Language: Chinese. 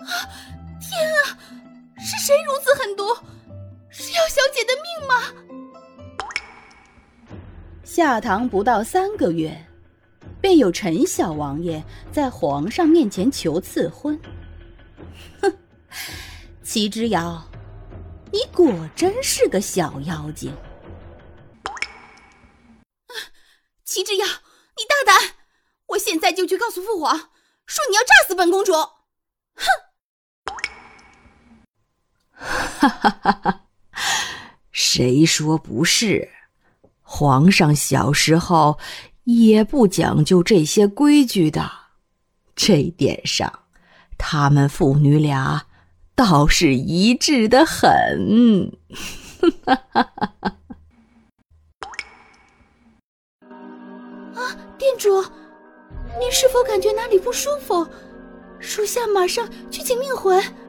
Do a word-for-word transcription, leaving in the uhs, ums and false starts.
天啊，是谁如此狠毒？是要小姐的命吗？ 下堂不到三个月，便有陈小王爷在皇上面前求赐婚。哼，齐之遥，你果真是个小妖精。 齐之遥，你大胆！我现在就去告诉父皇，说你要炸死本公主！哼！ 哈哈哈哈！谁说不是？皇上小时候也不讲究这些规矩的，这点上，他们父女俩倒是一致得很。哈哈哈哈！ 啊，店主，您是否感觉哪里不舒服？属下马上去请命魂。